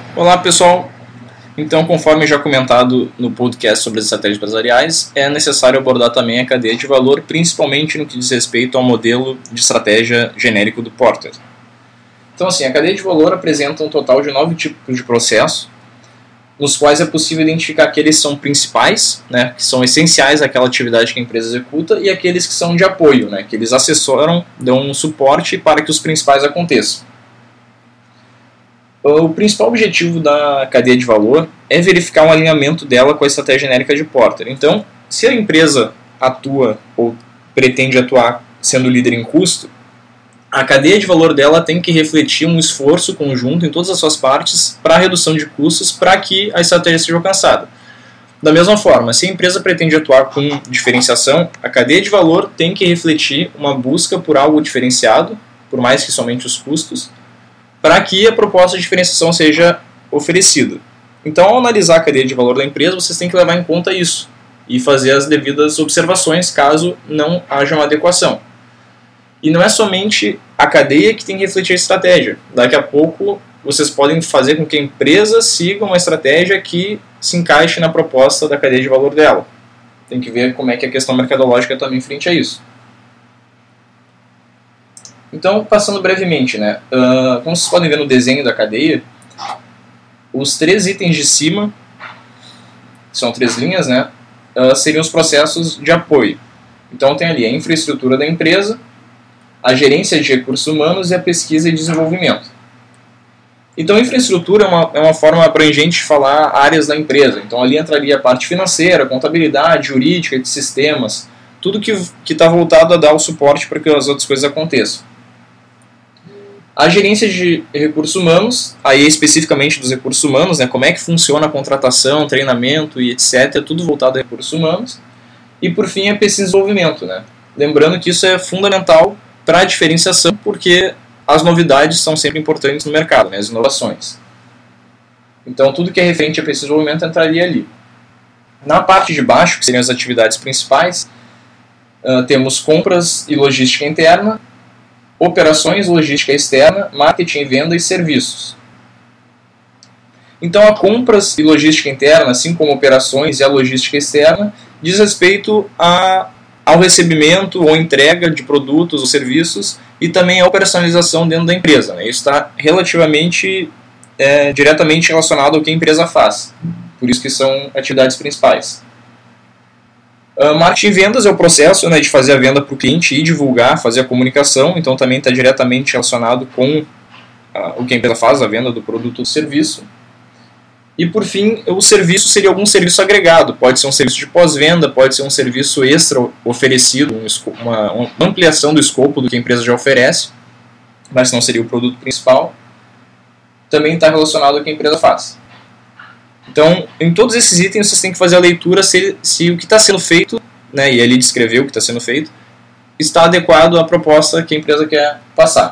Olá pessoal, então conforme já comentado no podcast sobre as estratégias empresariais, é necessário abordar também a cadeia de valor, principalmente no que diz respeito ao modelo de estratégia genérico do Porter. Então assim, a cadeia de valor apresenta um total de 9 tipos de processo, nos quais é possível identificar aqueles que são principais, né, que são essenciais àquela atividade que a empresa executa, e aqueles que são de apoio, né, que eles assessoram, dão um suporte para que os principais aconteçam. O principal objetivo da cadeia de valor é verificar um alinhamento dela com a estratégia genérica de Porter. Então, se a empresa atua ou pretende atuar sendo líder em custo, a cadeia de valor dela tem que refletir um esforço conjunto em todas as suas partes para a redução de custos para que a estratégia seja alcançada. Da mesma forma, se a empresa pretende atuar com diferenciação, a cadeia de valor tem que refletir uma busca por algo diferenciado, por mais que somente os custos, para que a proposta de diferenciação seja oferecida. Então, ao analisar a cadeia de valor da empresa, vocês têm que levar em conta isso e fazer as devidas observações caso não haja uma adequação. E não é somente a cadeia que tem que refletir a estratégia. Daqui a pouco, vocês podem fazer com que a empresa siga uma estratégia que se encaixe na proposta da cadeia de valor dela. Tem que ver como é que a questão mercadológica também frente a isso. Então, passando brevemente, né? Como vocês podem ver no desenho da cadeia, os 3 itens de cima, são 3 linhas, né? Seriam os processos de apoio. Então, tem ali a infraestrutura da empresa, a gerência de recursos humanos e a pesquisa e desenvolvimento. Então, a infraestrutura é uma forma abrangente de falar áreas da empresa. Então, ali entraria a parte financeira, contabilidade, jurídica, de sistemas, tudo que está voltado a dar o suporte para que as outras coisas aconteçam. A gerência de recursos humanos, aí especificamente dos recursos humanos, né, como é que funciona a contratação, treinamento e etc., tudo voltado a recursos humanos. E por fim a pesquisa e desenvolvimento, né? Lembrando que isso é fundamental para a diferenciação, porque as novidades são sempre importantes no mercado, né, as inovações. Então tudo que é referente a pesquisa e desenvolvimento entraria ali. Na parte de baixo, que seriam as atividades principais, temos compras e logística interna, operações, logística externa, marketing, venda e serviços. Então, a compras e logística interna, assim como operações e a logística externa, diz respeito ao recebimento ou entrega de produtos ou serviços e também a operacionalização dentro da empresa, né? Isso está relativamente diretamente relacionado ao que a empresa faz. Por isso que são atividades principais. Marketing e vendas é o processo, né, de fazer a venda para o cliente e divulgar, fazer a comunicação, então também está diretamente relacionado com o que a empresa faz, a venda do produto ou do serviço. E por fim, o serviço seria algum serviço agregado, pode ser um serviço de pós-venda, pode ser um serviço extra oferecido, uma ampliação do escopo do que a empresa já oferece, mas não seria o produto principal. Também está relacionado ao que a empresa faz. Então, em todos esses itens, vocês têm que fazer a leitura se o que está sendo feito, né, e ali descrever o que está sendo feito, está adequado à proposta que a empresa quer passar.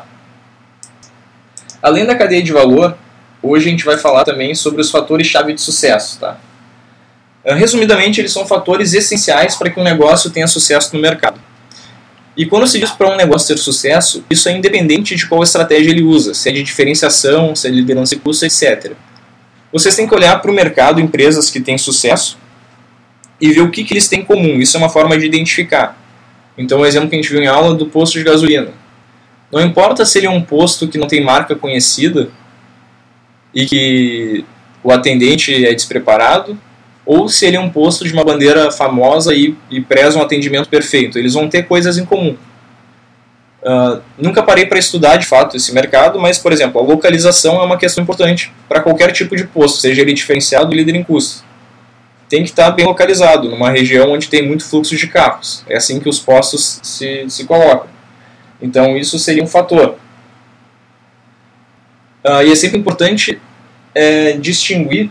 Além da cadeia de valor, hoje a gente vai falar também sobre os fatores-chave de sucesso. Tá? Resumidamente, eles são fatores essenciais para que um negócio tenha sucesso no mercado. E quando se diz para um negócio ter sucesso, isso é independente de qual estratégia ele usa, se é de diferenciação, se é de liderança de custo, etc. Vocês têm que olhar para o mercado, empresas que têm sucesso, e ver o que eles têm em comum. Isso é uma forma de identificar. Então, o exemplo que a gente viu em aula do posto de gasolina. Não importa se ele é um posto que não tem marca conhecida e que o atendente é despreparado, ou se ele é um posto de uma bandeira famosa e preza um atendimento perfeito. Eles vão ter coisas em comum. Nunca parei para estudar de fato esse mercado, mas, por exemplo, a localização é uma questão importante para qualquer tipo de posto, seja ele diferenciado ou líder em custo. Tem que estar bem localizado, numa região onde tem muito fluxo de carros. É assim que os postos se colocam. Então, isso seria um fator. E é sempre importante distinguir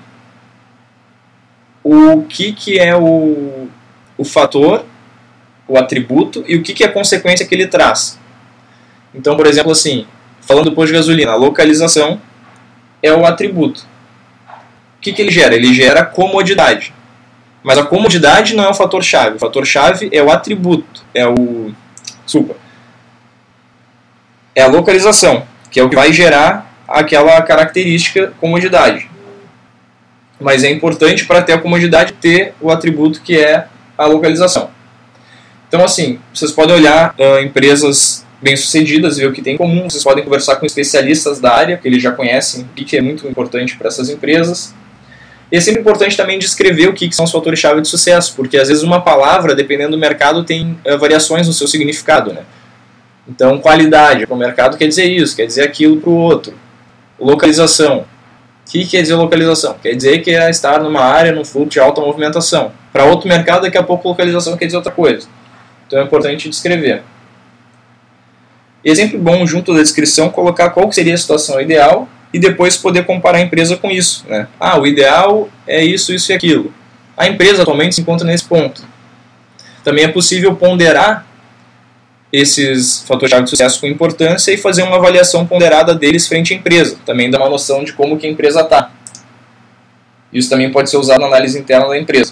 o que é o fator, o atributo, e o que é a consequência que ele traz. Então, por exemplo, assim, falando do posto de gasolina, a localização é o atributo. O que ele gera? Ele gera comodidade. Mas a comodidade não é o fator-chave. O fator-chave é o atributo. É a localização, que é o que vai gerar aquela característica comodidade. mas é importante para ter a comodidade de ter o atributo que é a localização. Então, assim, vocês podem olhar empresas bem-sucedidas, ver o que tem em comum, vocês podem conversar com especialistas da área, que eles já conhecem o que é muito importante para essas empresas. E é sempre importante também descrever o que são os fatores-chave de sucesso, porque às vezes uma palavra, dependendo do mercado, tem variações no seu significado, né? Então, qualidade para o mercado quer dizer isso, quer dizer aquilo para o outro. Localização. O que quer dizer localização? Quer dizer que é estar numa área, num fluxo de alta movimentação. Para outro mercado, daqui a pouco localização quer dizer outra coisa. Então é importante descrever. E é sempre bom, junto da descrição, colocar qual seria a situação ideal e depois poder comparar a empresa com isso, né? O ideal é isso, isso e aquilo. A empresa atualmente se encontra nesse ponto. Também é possível ponderar esses fatores-chave de sucesso com importância e fazer uma avaliação ponderada deles frente à empresa. Também dá uma noção de como que a empresa está. Isso também pode ser usado na análise interna da empresa.